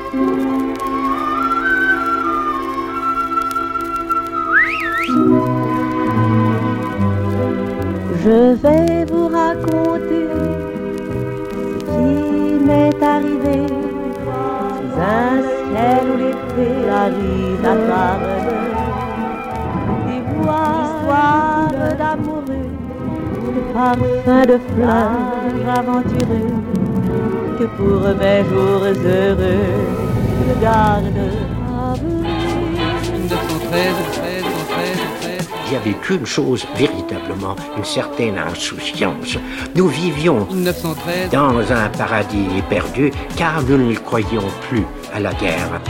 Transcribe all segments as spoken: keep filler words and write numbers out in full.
Je vais vous raconter ce qui m'est arrivé sous un ciel où les fées arrivent à table. Des voix d'amoureux, de parfums de fleurs aventureux, que pour mes jours heureux je garde à vous. dix-neuf cent treize, treize, treize, treize. Il n'y avait qu'une chose, véritablement, une certaine insouciance. Nous vivions dix-neuf cent treize. dans un paradis perdu, car nous ne croyions plus à la guerre.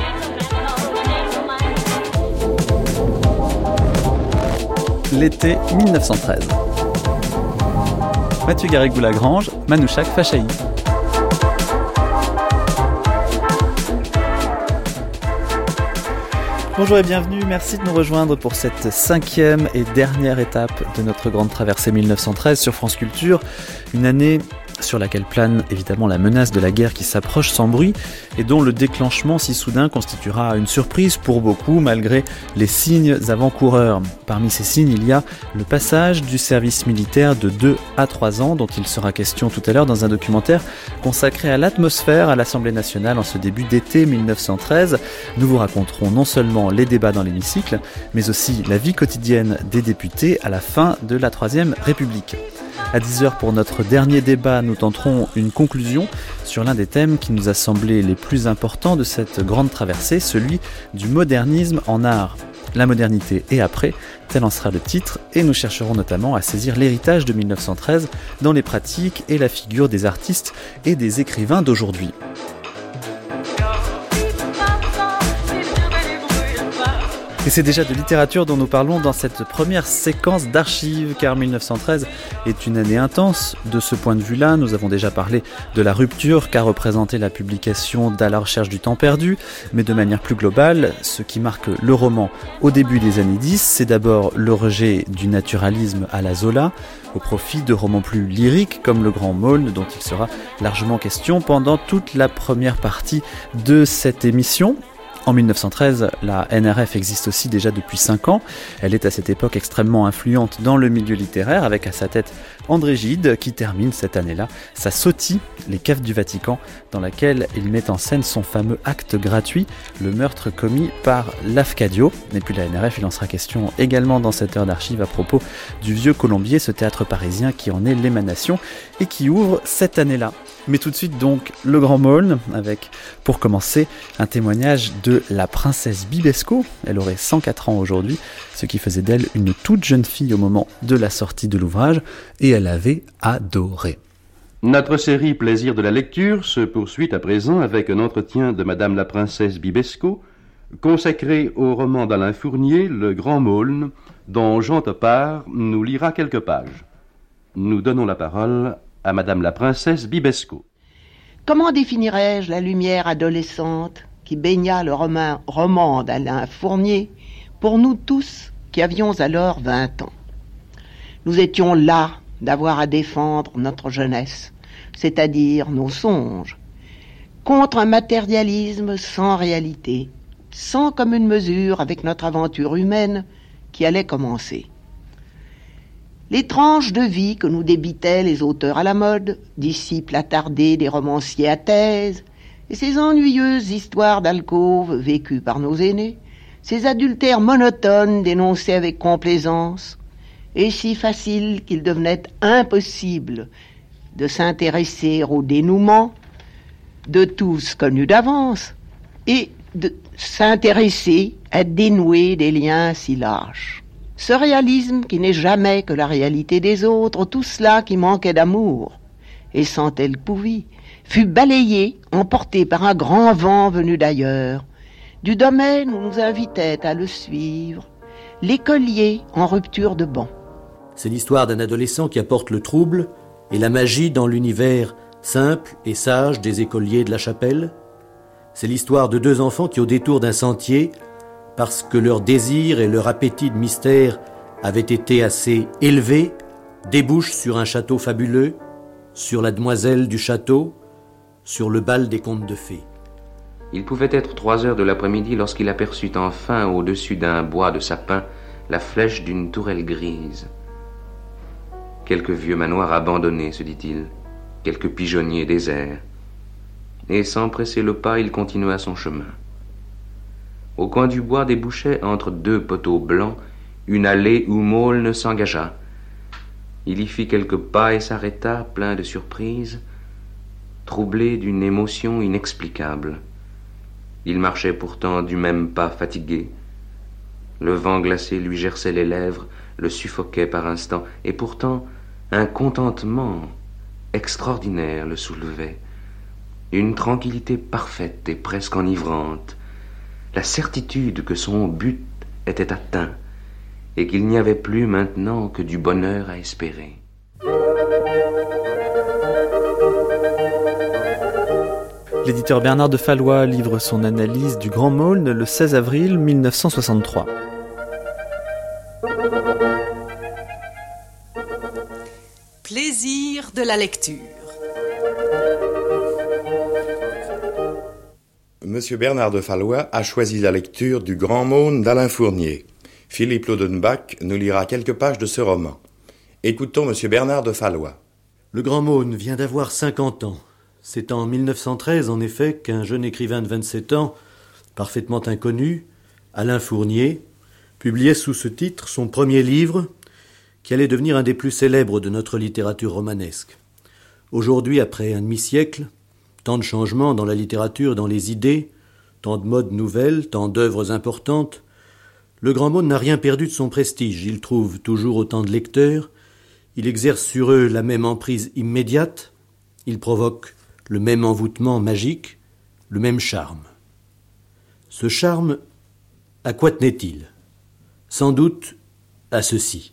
L'été dix-neuf cent treize. Mathieu Garrigou-Lagrange, Manouchak Fachaï. Bonjour et bienvenue, merci de nous rejoindre pour cette cinquième et dernière étape de notre grande traversée dix-neuf cent treize sur France Culture. Une année sur laquelle plane évidemment la menace de la guerre qui s'approche sans bruit et dont le déclenchement si soudain constituera une surprise pour beaucoup malgré les signes avant-coureurs. Parmi ces signes, il y a le passage du service militaire de deux à trois ans dont il sera question tout à l'heure dans un documentaire consacré à l'atmosphère à l'Assemblée nationale en ce début d'été dix-neuf cent treize. Nous vous raconterons non seulement les débats dans l'hémicycle, mais aussi la vie quotidienne des députés à la fin de la Troisième République. À dix heures pour notre dernier débat, nous tenterons une conclusion sur l'un des thèmes qui nous a semblé les plus importants de cette grande traversée, celui du modernisme en art. La modernité et après, tel en sera le titre, et nous chercherons notamment à saisir l'héritage de dix-neuf cent treize dans les pratiques et la figure des artistes et des écrivains d'aujourd'hui. Et c'est déjà de littérature dont nous parlons dans cette première séquence d'archives, car dix-neuf cent treize est une année intense. De ce point de vue-là, nous avons déjà parlé de la rupture qu'a représenté la publication d'À la recherche du temps perdu, mais de manière plus globale, ce qui marque le roman au début des années dix, c'est d'abord le rejet du naturalisme à la Zola, au profit de romans plus lyriques comme Le Grand Maulne, dont il sera largement question pendant toute la première partie de cette émission. En dix-neuf cent treize, la N R F existe aussi déjà depuis cinq ans. Elle est à cette époque extrêmement influente dans le milieu littéraire, avec à sa tête André Gide, qui termine cette année-là sa Sotie, les caves du Vatican, dans laquelle il met en scène son fameux acte gratuit, le meurtre commis par Lafcadio. Et puis la N R F, il en sera question également dans cette heure d'archives à propos du Vieux Colombier, ce théâtre parisien qui en est l'émanation et qui ouvre cette année-là. Mais tout de suite donc Le Grand Maulne, avec pour commencer un témoignage de la princesse Bibesco. Elle aurait cent quatre ans aujourd'hui, ce qui faisait d'elle une toute jeune fille au moment de la sortie de l'ouvrage, et elle avait adoré. Notre série Plaisir de la lecture se poursuit à présent avec un entretien de Madame la princesse Bibesco, consacré au roman d'Alain Fournier, Le Grand Maulne, dont Jean Topard nous lira quelques pages. Nous donnons la parole à Madame la princesse Bibesco. Comment définirais-je la lumière adolescente qui baigna le roman, roman d'Alain Fournier pour nous tous qui avions alors vingt ans? Nous étions las d'avoir à défendre notre jeunesse, c'est-à-dire nos songes, contre un matérialisme sans réalité, sans commune mesure avec notre aventure humaine qui allait commencer. Les tranches de vie que nous débitaient les auteurs à la mode, disciples attardés des romanciers à thèse, et ces ennuyeuses histoires d'alcôve vécues par nos aînés, ces adultères monotones dénoncés avec complaisance, et si faciles qu'il devenait impossible de s'intéresser au dénouement de tous connus d'avance, et de s'intéresser à dénouer des liens si lâches. Ce réalisme qui n'est jamais que la réalité des autres, tout cela qui manquait d'amour et sentait le pouvis, fut balayé, emporté par un grand vent venu d'ailleurs, du domaine où nous invitait à le suivre l'écolier en rupture de banc. C'est l'histoire d'un adolescent qui apporte le trouble et la magie dans l'univers simple et sage des écoliers de la chapelle. C'est l'histoire de deux enfants qui, au détour d'un sentier, parce que leur désir et leur appétit de mystère avaient été assez élevés, débouchent sur un château fabuleux, sur la demoiselle du château, sur le bal des contes de fées. Il pouvait être trois heures de l'après-midi lorsqu'il aperçut enfin, au-dessus d'un bois de sapin, la flèche d'une tourelle grise. Quelques vieux manoirs abandonnés, se dit-il, quelques pigeonniers déserts. Et sans presser le pas, il continua son chemin. Au coin du bois débouchait, entre deux poteaux blancs, une allée où Maulne s'engagea. Il y fit quelques pas et s'arrêta, plein de surprise, troublé d'une émotion inexplicable. Il marchait pourtant du même pas fatigué. Le vent glacé lui gerçait les lèvres, le suffoquait par instants, et pourtant un contentement extraordinaire le soulevait, une tranquillité parfaite et presque enivrante, la certitude que son but était atteint et qu'il n'y avait plus maintenant que du bonheur à espérer. L'éditeur Bernard de Fallois livre son analyse du Grand Maulne le seize avril mille neuf cent soixante-trois. Plaisir de la lecture. Monsieur Bernard de Fallois a choisi la lecture du Grand Maulne d'Alain Fournier. Philippe Lodenbach nous lira quelques pages de ce roman. Écoutons Monsieur Bernard de Fallois. Le Grand Maulne vient d'avoir cinquante ans. C'est en mille neuf cent treize, en effet, qu'un jeune écrivain de vingt-sept ans, parfaitement inconnu, Alain Fournier, publiait sous ce titre son premier livre, qui allait devenir un des plus célèbres de notre littérature romanesque. Aujourd'hui, après un demi-siècle, tant de changements dans la littérature, dans les idées, tant de modes nouvelles, tant d'œuvres importantes, le Grand Maulne n'a rien perdu de son prestige. Il trouve toujours autant de lecteurs, il exerce sur eux la même emprise immédiate, il provoque le même envoûtement magique, le même charme. Ce charme, à quoi tenait-il ? Sans doute à ceci.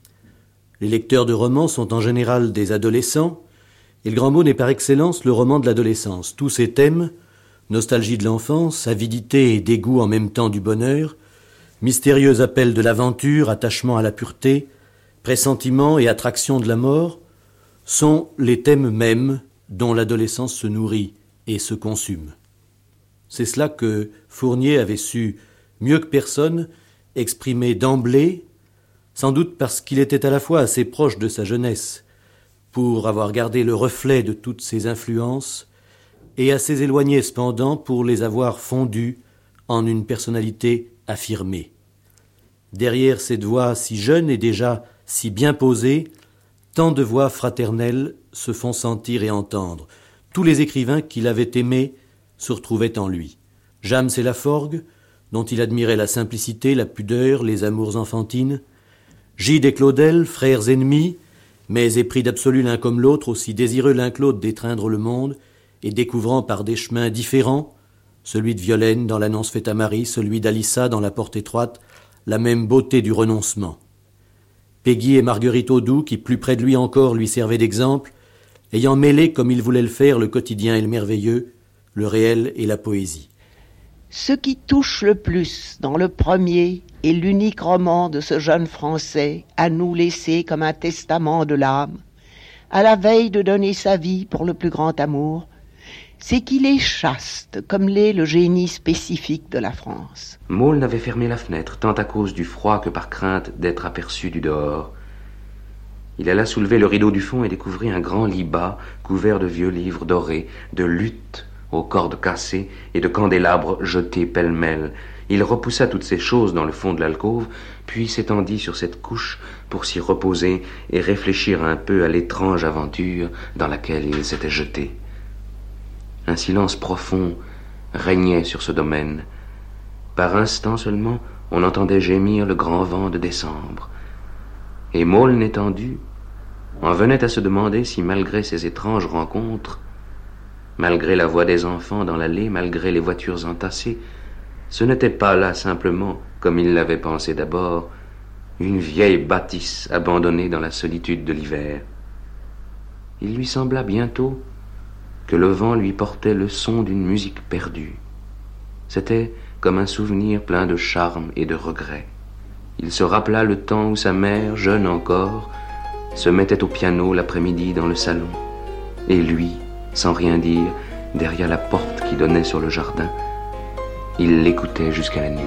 Les lecteurs de romans sont en général des adolescents, et le Grand Maulne est par excellence le roman de l'adolescence. Tous ces thèmes, nostalgie de l'enfance, avidité et dégoût en même temps du bonheur, mystérieux appel de l'aventure, attachement à la pureté, pressentiment et attraction de la mort, sont les thèmes mêmes dont l'adolescence se nourrit et se consume. C'est cela que Fournier avait su, mieux que personne, exprimer d'emblée, sans doute parce qu'il était à la fois assez proche de sa jeunesse, pour avoir gardé le reflet de toutes ses influences, et assez éloigné cependant pour les avoir fondues en une personnalité affirmée. Derrière cette voix si jeune et déjà si bien posée, tant de voix fraternelles se font sentir et entendre. Tous les écrivains qu'il avait aimés se retrouvaient en lui. James et Laforgue, dont il admirait la simplicité, la pudeur, les amours enfantines. Gide et Claudel, frères ennemis, mais épris d'absolu l'un comme l'autre, aussi désireux l'un que l'autre d'étreindre le monde, et découvrant par des chemins différents, celui de Violaine dans l'annonce faite à Marie, celui d'Alissa dans la porte étroite, la même beauté du renoncement. Peggy et Marguerite Audoux, qui plus près de lui encore lui servaient d'exemple, ayant mêlé comme il voulait le faire le quotidien et le merveilleux, le réel et la poésie. Ce qui touche le plus dans le premier et l'unique roman de ce jeune Français, à nous laisser comme un testament de l'âme, à la veille de donner sa vie pour le plus grand amour, c'est qu'il est chaste, comme l'est le génie spécifique de la France. Maulne avait fermé la fenêtre, tant à cause du froid que par crainte d'être aperçu du dehors. Il alla soulever le rideau du fond et découvrit un grand lit bas, couvert de vieux livres dorés, de luttes aux cordes cassées et de candélabres jetés pêle-mêle. Il repoussa toutes ces choses dans le fond de l'alcôve, puis s'étendit sur cette couche pour s'y reposer et réfléchir un peu à l'étrange aventure dans laquelle il s'était jeté. Un silence profond régnait sur ce domaine. Par instants seulement, on entendait gémir le grand vent de décembre. Et Maulne étendu en venait à se demander si, malgré ces étranges rencontres, malgré la voix des enfants dans l'allée, malgré les voitures entassées, ce n'était pas là simplement, comme il l'avait pensé d'abord, une vieille bâtisse abandonnée dans la solitude de l'hiver. Il lui sembla bientôt que le vent lui portait le son d'une musique perdue. C'était comme un souvenir plein de charme et de regret. Il se rappela le temps où sa mère, jeune encore, se mettait au piano l'après-midi dans le salon, et lui, sans rien dire, derrière la porte qui donnait sur le jardin. Il l'écoutait jusqu'à la nuit.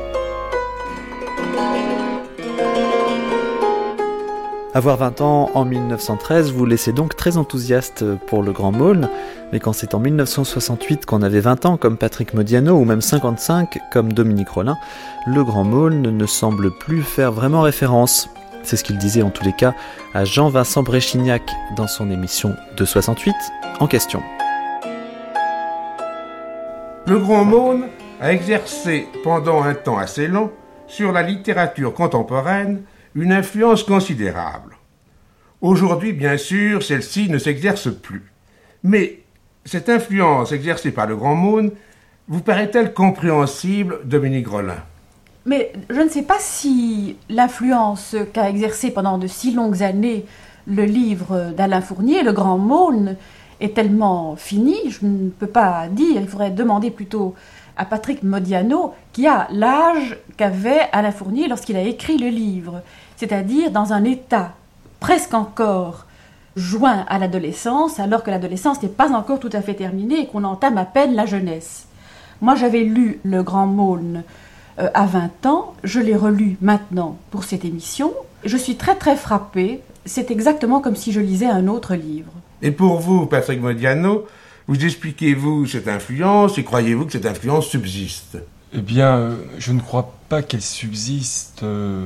Avoir vingt ans en mille neuf cent treize vous laissait donc très enthousiaste pour le Grand Maulne, mais quand c'est en mille neuf cent soixante-huit qu'on avait vingt ans comme Patrick Modiano ou même cinquante-cinq comme Dominique Rollin, le Grand Maulne ne semble plus faire vraiment référence. C'est ce qu'il disait en tous les cas à Jean-Vincent Bréchignac dans son émission de soixante-huit en question. Le Grand Maulne a exercé pendant un temps assez long sur la littérature contemporaine une influence considérable. Aujourd'hui, bien sûr, celle-ci ne s'exerce plus. Mais cette influence exercée par le Grand Maulne vous paraît-elle compréhensible, Dominique Rollin ? Mais je ne sais pas si l'influence qu'a exercée pendant de si longues années le livre d'Alain Fournier, Le Grand Maulne, est tellement finie, je ne peux pas dire, il faudrait demander plutôt à Patrick Modiano, qui a l'âge qu'avait Alain Fournier lorsqu'il a écrit le livre, c'est-à-dire dans un état presque encore joint à l'adolescence, alors que l'adolescence n'est pas encore tout à fait terminée et qu'on entame à peine la jeunesse. Moi, j'avais lu Le Grand Maulne euh, à vingt ans, je l'ai relu maintenant pour cette émission, je suis très très frappée, c'est exactement comme si je lisais un autre livre. Et pour vous, Patrick Modiano, vous expliquez-vous cette influence et croyez-vous que cette influence subsiste ? Eh bien, euh, je ne crois pas qu'elle subsiste euh,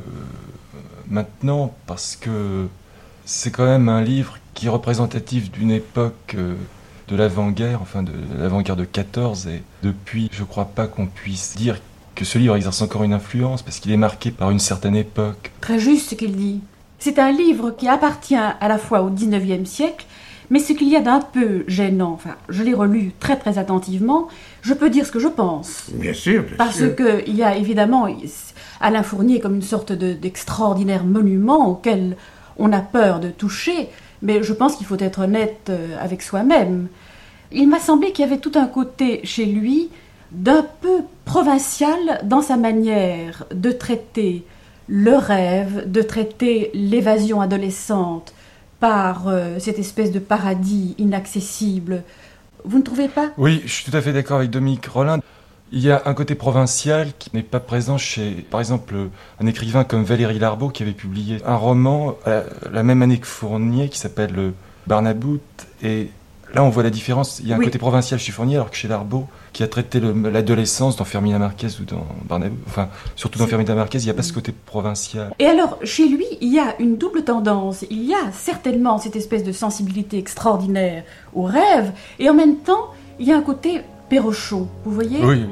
maintenant, parce que c'est quand même un livre qui est représentatif d'une époque euh, de l'avant-guerre, enfin de l'avant-guerre de quatorze, et depuis, je ne crois pas qu'on puisse dire que ce livre exerce encore une influence, parce qu'il est marqué par une certaine époque. Très juste ce qu'il dit. C'est un livre qui appartient à la fois au dix-neuvième siècle, mais ce qu'il y a d'un peu gênant, enfin, je l'ai relu très très attentivement, je peux dire ce que je pense. Bien sûr, bien Parce sûr. Parce qu'il y a évidemment Alain Fournier comme une sorte de, d'extraordinaire monument auquel on a peur de toucher, mais je pense qu'il faut être honnête avec soi-même. Il m'a semblé qu'il y avait tout un côté chez lui d'un peu provincial dans sa manière de traiter le rêve, de traiter l'évasion adolescente, par euh, cette espèce de paradis inaccessible. Vous ne trouvez pas ? Oui, je suis tout à fait d'accord avec Dominique Rollin. Il y a un côté provincial qui n'est pas présent chez, par exemple, un écrivain comme Valéry Larbaud qui avait publié un roman euh, la même année que Fournier qui s'appelle euh, Barnabout. Et là, on voit la différence. Il y a un oui. côté provincial chez Fournier, alors que chez Larbaud, qui a traité le, l'adolescence dans Fermina Marquez ou dans Barnabout, enfin, surtout dans Fermina Marquez, il n'y a pas ce côté provincial. Et alors, chez lui, il y a une double tendance. Il y a certainement cette espèce de sensibilité extraordinaire au rêve, et en même temps, il y a un côté Perrochot, vous voyez ? Oui.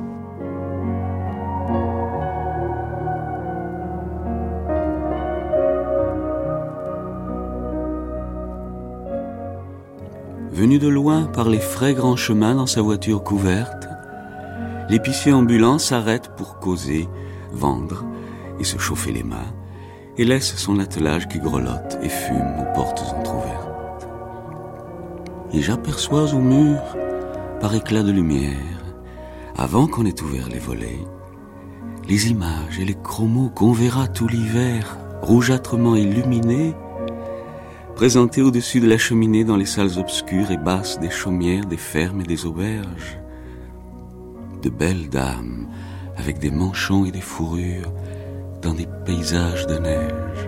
Venu de loin par les frais grands chemins dans sa voiture couverte, l'épicier ambulant s'arrête pour causer, vendre et se chauffer les mains, et laisse son attelage qui grelotte et fume aux portes entr'ouvertes. Et j'aperçois au mur, par éclat de lumière, avant qu'on ait ouvert les volets, les images et les chromos qu'on verra tout l'hiver, rougeâtrement illuminés, présentés au-dessus de la cheminée dans les salles obscures et basses des chaumières, des fermes et des auberges. De belles dames, avec des manchons et des fourrures, dans des paysages de neige.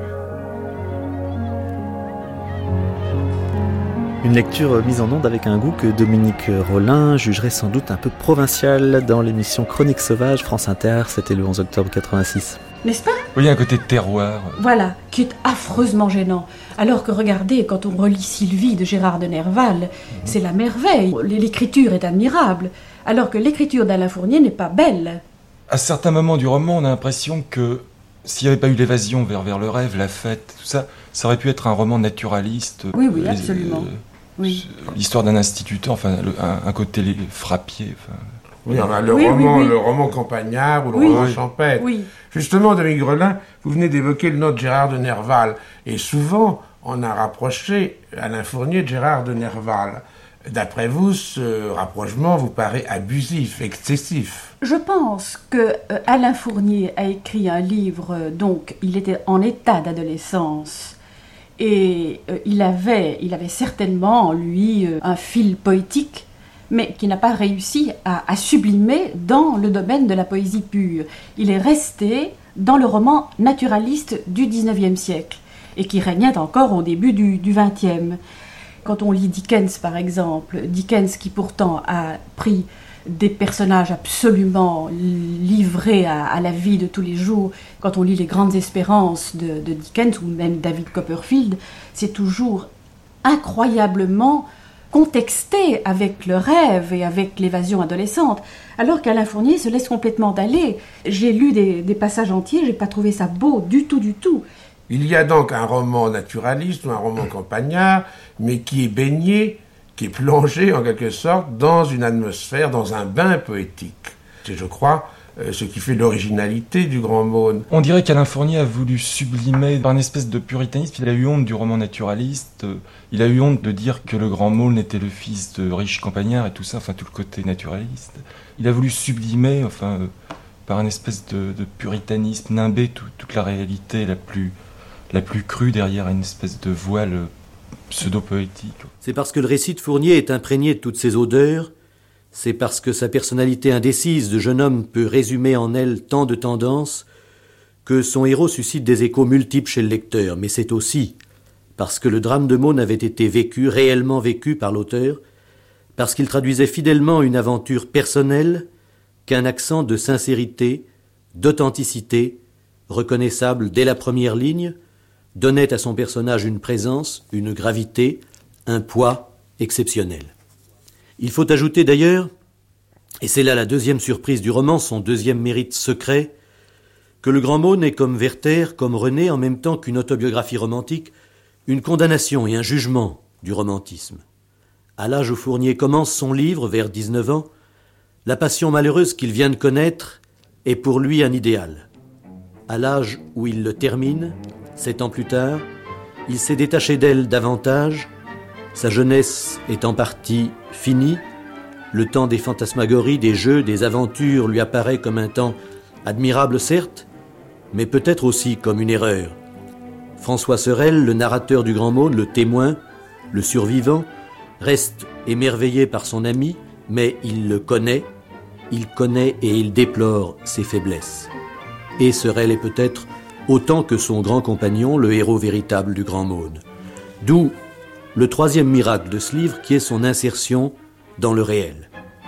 Une lecture mise en onde avec un goût que Dominique Rollin jugerait sans doute un peu provincial dans l'émission Chronique Sauvage, France Inter, c'était le onze octobre quatre-vingt-six. N'est-ce pas ? Oui, il y a un côté terroir. Voilà, qui est affreusement gênant. Alors que regardez, quand on relit Sylvie de Gérard de Nerval, mmh. c'est la merveille. L'écriture est admirable, alors que l'écriture d'Alain Fournier n'est pas belle. À certains moments du roman, on a l'impression que s'il n'y avait pas eu l'évasion vers, vers le rêve, la fête, tout ça, ça aurait pu être un roman naturaliste. Oui, oui, absolument. Euh, oui. L'histoire d'un instituteur, enfin, le, un, un côté frappier, enfin... Oui, enfin, le, oui, roman, oui, oui. le roman campagnard ou le oui. roman champêtre. Oui. Justement, Dominique Rollin, vous venez d'évoquer le nom de Gérard de Nerval. Et souvent, on a rapproché Alain Fournier de Gérard de Nerval. D'après vous, ce rapprochement vous paraît abusif, excessif ? Je pense que euh, Alain Fournier a écrit un livre, euh, donc il était en état d'adolescence. Et euh, il, avait, il avait certainement en lui euh, un fil poétique. mais qui n'a pas réussi à, à sublimer dans le domaine de la poésie pure. Il est resté dans le roman naturaliste du dix-neuvième siècle, et qui régnait encore au début du, du vingtième. Quand on lit Dickens, par exemple, Dickens qui pourtant a pris des personnages absolument livrés à, à la vie de tous les jours, quand on lit Les Grandes Espérances de, de Dickens, ou même David Copperfield, c'est toujours incroyablement contexté avec le rêve et avec l'évasion adolescente, alors qu'Alain Fournier se laisse complètement aller. J'ai lu des, des passages entiers, j'ai pas trouvé ça beau du tout, du tout. Il y a donc un roman naturaliste ou un roman campagnard, mais qui est baigné, qui est plongé en quelque sorte dans une atmosphère, dans un bain poétique. C'est, je crois, ce qui fait l'originalité du Grand Maune. On dirait qu'Alain Fournier a voulu sublimer par une espèce de puritanisme. Il a eu honte du roman naturaliste, il a eu honte de dire que le Grand Maune était le fils de riches campagnards et tout ça, enfin tout le côté naturaliste. Il a voulu sublimer, enfin, euh, par une espèce de, de puritanisme, nimber tout, toute la réalité la plus, la plus crue derrière une espèce de voile pseudo-poétique. C'est parce que le récit de Fournier est imprégné de toutes ces odeurs, c'est parce que sa personnalité indécise de jeune homme peut résumer en elle tant de tendances, que son héros suscite des échos multiples chez le lecteur. Mais c'est aussi parce que le drame de Maune avait été vécu, réellement vécu par l'auteur, parce qu'il traduisait fidèlement une aventure personnelle, qu'un accent de sincérité, d'authenticité, reconnaissable dès la première ligne, donnait à son personnage une présence, une gravité, un poids exceptionnel. Il faut ajouter d'ailleurs, et c'est là la deuxième surprise du roman, son deuxième mérite secret, que le Grand Maune est comme Werther, comme René, en même temps qu'une autobiographie romantique, une condamnation et un jugement du romantisme. À l'âge où Fournier commence son livre, vers dix-neuf ans, la passion malheureuse qu'il vient de connaître est pour lui un idéal. À l'âge où il le termine, sept ans plus tard, il s'est détaché d'elle davantage. Sa jeunesse est en partie finie, le temps des fantasmagories, des jeux, des aventures lui apparaît comme un temps admirable certes, mais peut-être aussi comme une erreur. François Sorel, le narrateur du Grand Maune, le témoin, le survivant, reste émerveillé par son ami, mais il le connaît, il connaît et il déplore ses faiblesses. Et Sorel est peut-être autant que son grand compagnon, le héros véritable du Grand Maune. D'où le troisième miracle de ce livre qui est son insertion dans le réel.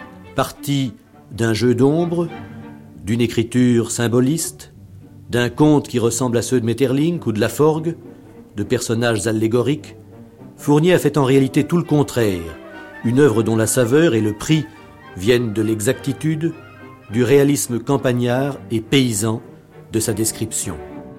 Parti d'un jeu d'ombre, d'une écriture symboliste, d'un conte qui ressemble à ceux de Maeterlinck ou de Laforgue, de personnages allégoriques, Fournier a fait en réalité tout le contraire, une œuvre dont la saveur et le prix viennent de l'exactitude, du réalisme campagnard et paysan de sa description.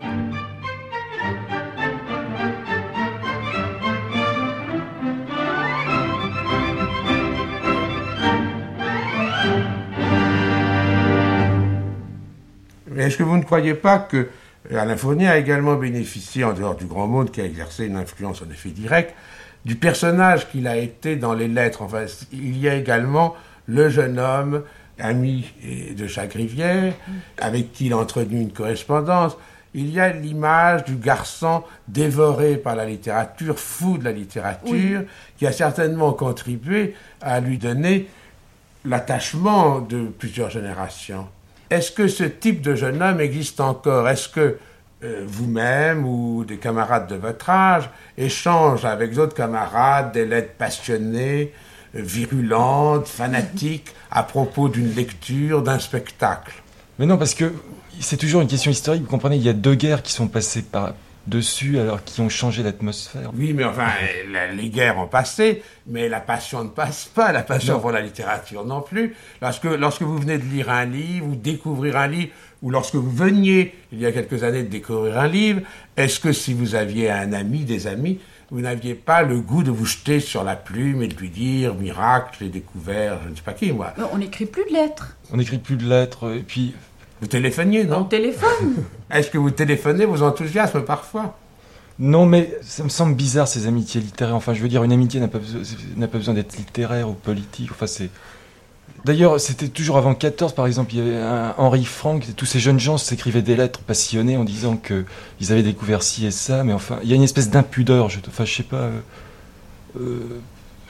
Est-ce que vous ne croyez pas que Alain Fournier a également bénéficié, en dehors du Grand Maune, qui a exercé une influence en effet directe, du personnage qu'il a été dans les lettres? Enfin, il y a également le jeune homme, ami de Chagrivière, avec qui il a entretenu une correspondance. Il y a l'image du garçon dévoré par la littérature, fou de la littérature, oui, qui a certainement contribué à lui donner l'attachement de plusieurs générations. Est-ce que ce type de jeune homme existe encore? Est-ce que euh, vous-même ou des camarades de votre âge échangent avec d'autres camarades des lettres passionnées, euh, virulentes, fanatiques, à propos d'une lecture, d'un spectacle? Mais non, parce que c'est toujours une question historique. Vous comprenez, il y a deux guerres qui sont passées par dessus, alors qui ont changé l'atmosphère. Oui, mais enfin, les guerres ont passé, mais la passion ne passe pas, la passion non. pour la littérature non plus. Lorsque, lorsque vous venez de lire un livre, ou découvrir un livre, ou lorsque vous veniez, il y a quelques années, de découvrir un livre, est-ce que si vous aviez un ami, des amis, vous n'aviez pas le goût de vous jeter sur la plume et de lui dire « Miracle, j'ai découvert, je ne sais pas qui, moi ». On n'écrit plus de lettres. On n'écrit plus de lettres, et puis... Vous téléphoniez, non? On téléphone. Est-ce que vous téléphonez vos enthousiasmes parfois? Non, mais ça me semble bizarre, ces amitiés littéraires. Enfin, je veux dire, une amitié n'a pas, n'a pas besoin d'être littéraire ou politique. Enfin, c'est... D'ailleurs, c'était toujours avant quatorze, par exemple, il y avait un Henri Franck, tous ces jeunes gens s'écrivaient des lettres passionnées en disant qu'ils avaient découvert ci et ça, mais enfin, il y a une espèce d'impudeur, je, enfin, je sais pas... Euh, euh,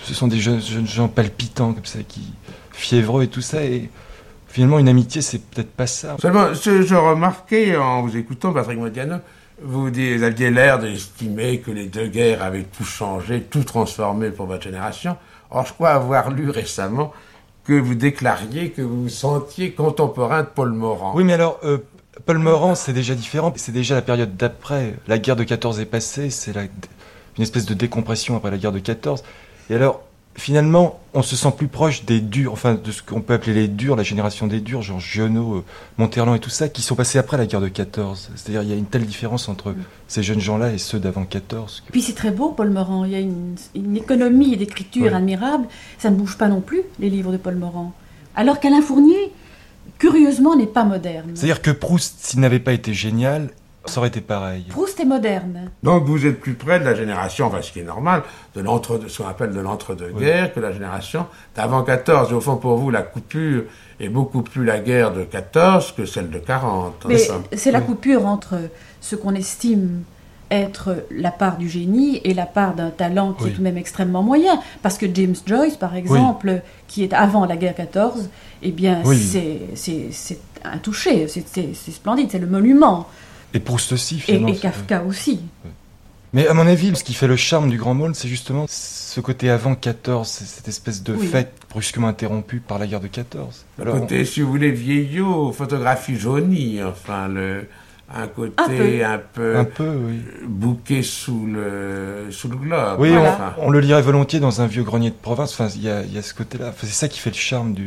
ce sont des jeunes, jeunes gens palpitants comme ça, qui fiévreux et tout ça, et finalement une amitié c'est peut-être pas ça. Seulement, ce, je remarquais en vous écoutant, Patrick Modiano, vous aviez l'air d'estimer que les deux guerres avaient tout changé, tout transformé pour votre génération. Or, je crois avoir lu récemment que vous déclariez que vous vous sentiez contemporain de Paul Morand. Oui, mais alors, euh, Paul Morand, c'est déjà différent. C'est déjà la période d'après. La guerre de quatorze est passée, c'est la, une espèce de décompression après la guerre de quatorze. Et alors, finalement, on se sent plus proche des durs, enfin, de ce qu'on peut appeler les durs, la génération des durs, genre Giono, euh, Monterland et tout ça, qui sont passés après la guerre de quatorze. C'est-à-dire, il y a une telle différence entre mmh. ces jeunes gens-là et ceux d'avant quatorze. Que... Puis c'est très beau, Paul Morand. Il y a une, une économie d'écriture oui. admirable. Ça ne bouge pas non plus, les livres de Paul Morand. Alors qu'Alain Fournier, curieusement, n'est pas moderne. C'est-à-dire que Proust, s'il n'avait pas été génial, ça aurait été pareil. Proust est moderne. Donc vous êtes plus près de la génération, enfin ce qui est normal, de l'entre, ce qu'on appelle de l'entre-deux-guerres, oui. que la génération d'avant quatorze. Et au fond, pour vous, la coupure est beaucoup plus la guerre de quatorze que celle de quarante. Mais c'est la oui. coupure entre ce qu'on estime être la part du génie et la part d'un talent qui oui. est tout de même extrêmement moyen. Parce que James Joyce, par exemple, oui. qui est avant la guerre quatorze, eh bien, oui. c'est, c'est, c'est intouché, c'est, c'est, c'est splendide, c'est le monument. Et Proust aussi, finalement. Et, et Kafka c'est... aussi. Oui. Mais à mon avis, ce qui fait le charme du Grand Môle, c'est justement ce côté avant quatorze, cette espèce de oui. fête brusquement interrompue par la guerre de quatorze. Le Alors, côté, on... si vous voulez, vieillot, photographie jaunie, enfin, le... un côté un peu, un peu, un peu oui. bouquet sous le, sous le globe. Oui, voilà. enfin. on, on le lirait volontiers dans un vieux grenier de province. Enfin, il y a, y a ce côté-là. Enfin, c'est ça qui fait le charme du,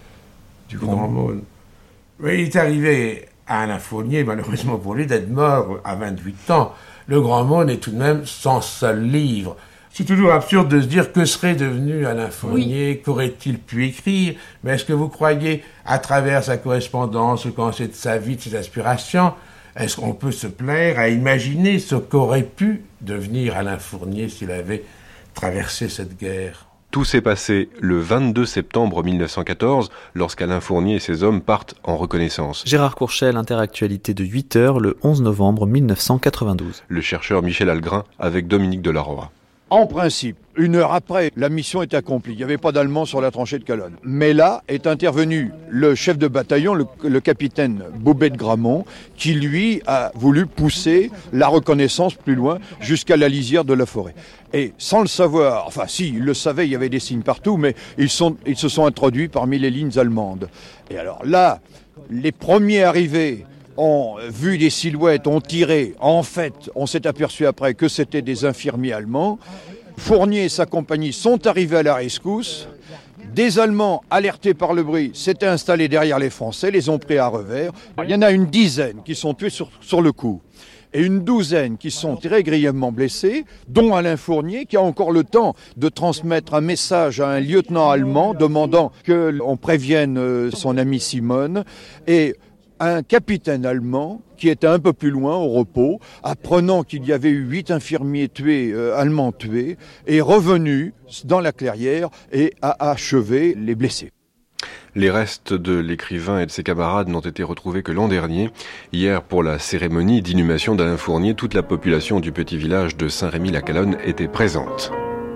du Grand, Grand Môle. Oui, il est arrivé à Alain Fournier, malheureusement pour lui, d'être mort à vingt-huit ans. Le Grand Môle est tout de même son seul livre. C'est toujours absurde de se dire que serait devenu Alain Fournier, oui. qu'aurait-il pu écrire, mais est-ce que vous croyez, à travers sa correspondance, ce qu'on sait de sa vie, de ses aspirations, est-ce qu'on peut se plaire à imaginer ce qu'aurait pu devenir Alain Fournier s'il avait traversé cette guerre ? Tout s'est passé le vingt-deux septembre mille neuf cent quatorze, lorsqu'Alain Fournier et ses hommes partent en reconnaissance. Gérard Courchel, Interactualité de huit heures, le onze novembre mille neuf cent quatre-vingt-douze. Le chercheur Michel Algrin avec Dominique Delaroy. En principe, une heure après, la mission est accomplie. Il n'y avait pas d'Allemands sur la tranchée de Calonne. Mais là est intervenu le chef de bataillon, le, le capitaine Bobet de Gramont, qui lui a voulu pousser la reconnaissance plus loin jusqu'à la lisière de la forêt. Et sans le savoir, enfin si, il le savait, il y avait des signes partout, mais ils, sont, ils se sont introduits parmi les lignes allemandes. Et alors là, les premiers arrivés ont vu des silhouettes, ont tiré. En fait, on s'est aperçu après que c'était des infirmiers allemands. Fournier et sa compagnie sont arrivés à la rescousse. Des Allemands, alertés par le bruit, s'étaient installés derrière les Français, les ont pris à revers. Il y en a une dizaine qui sont tués sur, sur le coup. Et une douzaine qui sont très grièvement blessés, dont Alain Fournier, qui a encore le temps de transmettre un message à un lieutenant allemand demandant qu'on prévienne son ami Simone. Et un capitaine allemand qui était un peu plus loin au repos, apprenant qu'il y avait eu huit infirmiers tués, euh, allemands tués, est revenu dans la clairière et a achevé les blessés. Les restes de l'écrivain et de ses camarades n'ont été retrouvés que l'an dernier. Hier, pour la cérémonie d'inhumation d'Alain Fournier, toute la population du petit village de Saint-Rémy-la-Calonne était présente.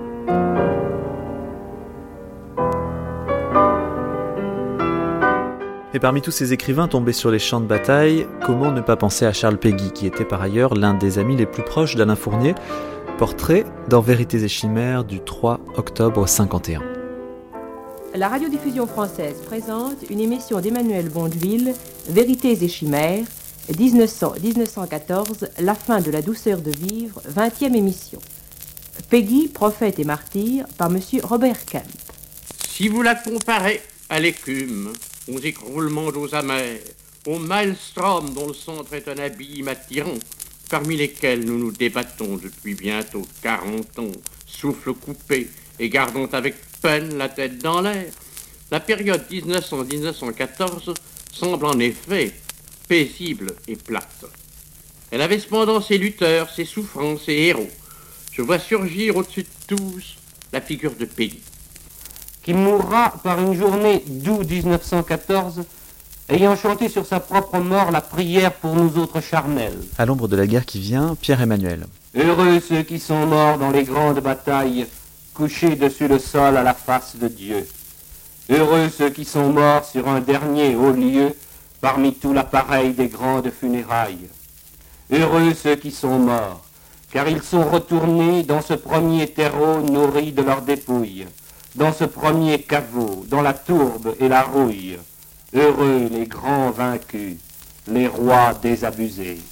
Et parmi tous ces écrivains tombés sur les champs de bataille, comment ne pas penser à Charles Péguy, qui était par ailleurs l'un des amis les plus proches d'Alain Fournier, portrait dans Vérités et Chimères du trois octobre cinquante et un. La radiodiffusion française présente une émission d'Emmanuel Bondeville, Vérités et Chimères, dix-neuf cents à dix-neuf cent quatorze, La fin de la douceur de vivre, vingtième émission. Péguy, prophète et martyr, par monsieur Robert Kemp. Si vous la comparez à l'écume, aux écroulements d'eaux amères, au maelstrom dont le centre est un abîme attirant, parmi lesquels nous nous débattons depuis bientôt quarante ans, souffle coupé et gardant avec peine la tête dans l'air, la période dix-neuf cents à dix-neuf cent quatorze semble en effet paisible et plate. Elle avait cependant ses lutteurs, ses souffrances, ses héros. Je vois surgir au-dessus de tous la figure de Péguy, qui mourra par une journée d'août dix-neuf cent quatorze, ayant chanté sur sa propre mort la prière pour nous autres charnels. À l'ombre de la guerre qui vient, Pierre Emmanuel. Heureux ceux qui sont morts dans les grandes batailles, couchés dessus le sol à la face de Dieu. Heureux ceux qui sont morts sur un dernier haut lieu parmi tout l'appareil des grandes funérailles. Heureux ceux qui sont morts, car ils sont retournés dans ce premier terreau nourri de leurs dépouilles, dans ce premier caveau, dans la tourbe et la rouille. Heureux les grands vaincus, les rois désabusés.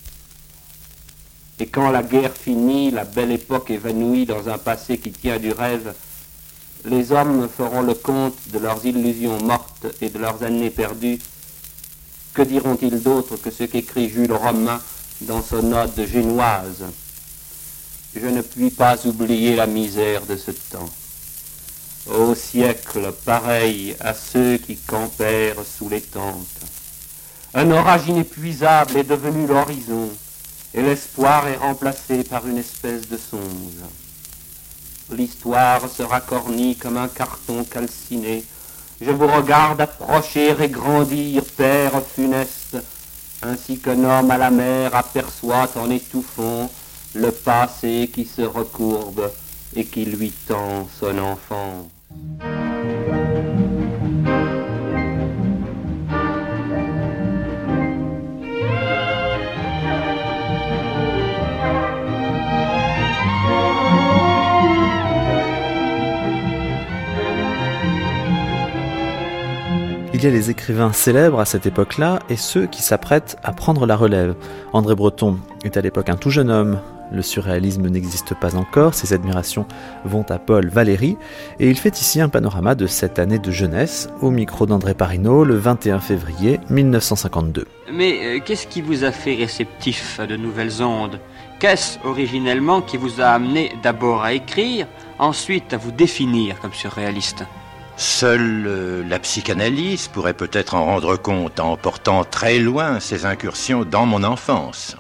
Et quand la guerre finit, la belle époque évanouie dans un passé qui tient du rêve, les hommes feront le compte de leurs illusions mortes et de leurs années perdues. Que diront-ils d'autre que ce qu'écrit Jules Romain dans son ode génoise? Je ne puis pas oublier la misère de ce temps. Ô siècle pareil à ceux qui campèrent sous les tentes. Un orage inépuisable est devenu l'horizon, et l'espoir est remplacé par une espèce de songe. L'histoire se racornit comme un carton calciné. Je vous regarde approcher et grandir, père funeste, ainsi qu'un homme à la mer aperçoit en étouffant le passé qui se recourbe et qui lui tend son enfant. Il y a les écrivains célèbres à cette époque-là et ceux qui s'apprêtent à prendre la relève. André Breton est à l'époque un tout jeune homme. Le surréalisme n'existe pas encore, ses admirations vont à Paul Valéry, et il fait ici un panorama de cette année de jeunesse, au micro d'André Parinaud, le vingt et un février mille neuf cent cinquante-deux. Mais euh, qu'est-ce qui vous a fait réceptif à de nouvelles ondes? Qu'est-ce originellement qui vous a amené d'abord à écrire, ensuite à vous définir comme surréaliste? Seule euh, la psychanalyse pourrait peut-être en rendre compte en portant très loin ses incursions dans mon enfance.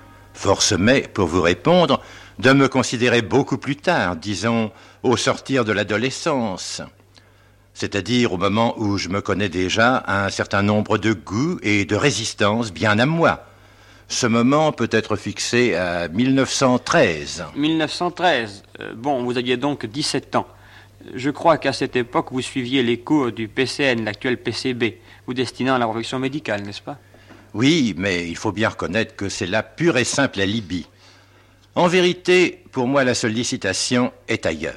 Force m'est, pour vous répondre, de me considérer beaucoup plus tard, disons, au sortir de l'adolescence. C'est-à-dire au moment où je me connais déjà à un certain nombre de goûts et de résistances bien à moi. Ce moment peut être fixé à mille neuf cent treize. mille neuf cent treize. Euh, bon, vous aviez donc dix-sept ans. Je crois qu'à cette époque, vous suiviez les cours du P C N, l'actuel P C B, vous destinant à la profession médicale, n'est-ce pas? Oui, mais il faut bien reconnaître que c'est là pure et simple alibi. En vérité, pour moi, la sollicitation est ailleurs.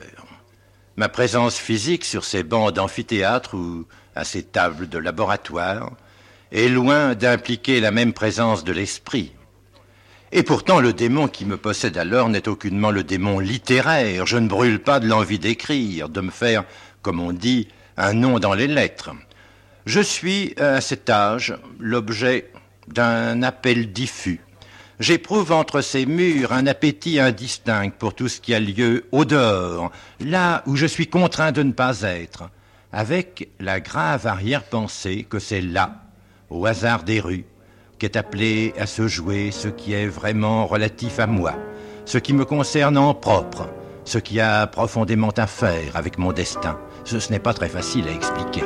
Ma présence physique sur ces bancs d'amphithéâtre ou à ces tables de laboratoire est loin d'impliquer la même présence de l'esprit. Et pourtant, le démon qui me possède alors n'est aucunement le démon littéraire. Je ne brûle pas de l'envie d'écrire, de me faire, comme on dit, un nom dans les lettres. Je suis, à cet âge, l'objet d'un appel diffus. J'éprouve entre ces murs un appétit indistinct pour tout ce qui a lieu au dehors, là où je suis contraint de ne pas être, avec la grave arrière-pensée que c'est là, au hasard des rues, qu'est appelé à se jouer ce qui est vraiment relatif à moi, ce qui me concerne en propre, ce qui a profondément à faire avec mon destin. Ce, ce n'est pas très facile à expliquer.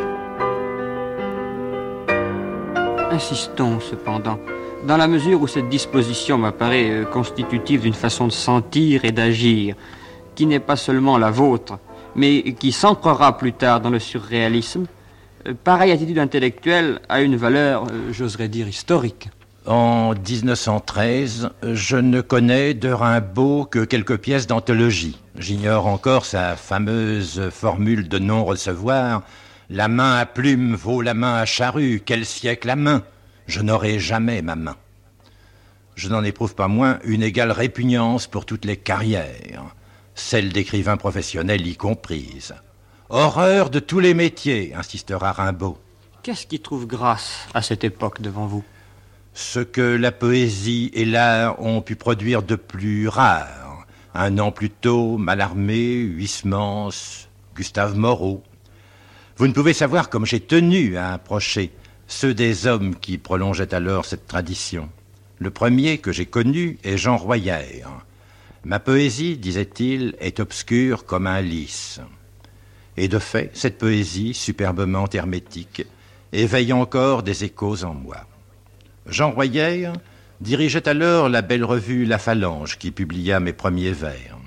Insistons cependant, dans la mesure où cette disposition m'apparaît euh, constitutive d'une façon de sentir et d'agir, qui n'est pas seulement la vôtre, mais qui s'ancrera plus tard dans le surréalisme, euh, pareille attitude intellectuelle a une valeur, euh, j'oserais dire, historique. En dix-neuf cent treize, je ne connais de Rimbaud que quelques pièces d'anthologie. J'ignore encore sa fameuse formule de non-recevoir. La main à plume vaut la main à charrue. Quel siècle à main? Je n'aurai jamais ma main. Je n'en éprouve pas moins une égale répugnance pour toutes les carrières, celle d'écrivain professionnel y comprise. Horreur de tous les métiers, insistera Rimbaud. Qu'est-ce qui trouve grâce à cette époque devant vous? Ce que la poésie et l'art ont pu produire de plus rare. Un an plus tôt, Mallarmé, Huysmans, Gustave Moreau. Vous ne pouvez savoir comme j'ai tenu à approcher ceux des hommes qui prolongeaient alors cette tradition. Le premier que j'ai connu est Jean Royer. Ma poésie, disait-il, est obscure comme un lys. Et de fait, cette poésie, superbement hermétique, éveille encore des échos en moi. Jean Royer dirigeait alors la belle revue La Phalange qui publia mes premiers vers.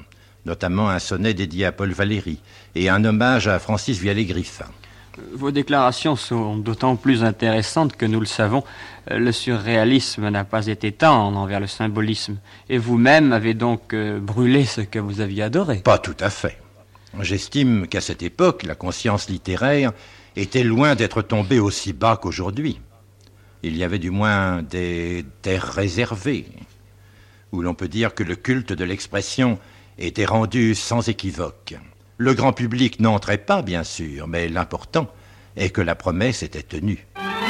notamment un sonnet dédié à Paul Valéry et un hommage à Francis Vialet-Griffin. Vos déclarations sont d'autant plus intéressantes que, nous le savons, le surréalisme n'a pas été tendre envers le symbolisme. Et vous-même avez donc euh, brûlé ce que vous aviez adoré. Pas tout à fait. J'estime qu'à cette époque, la conscience littéraire était loin d'être tombée aussi bas qu'aujourd'hui. Il y avait du moins des terres réservées, où l'on peut dire que le culte de l'expression était rendu sans équivoque. Le grand public n'entrait pas, bien sûr, mais l'important est que la promesse était tenue.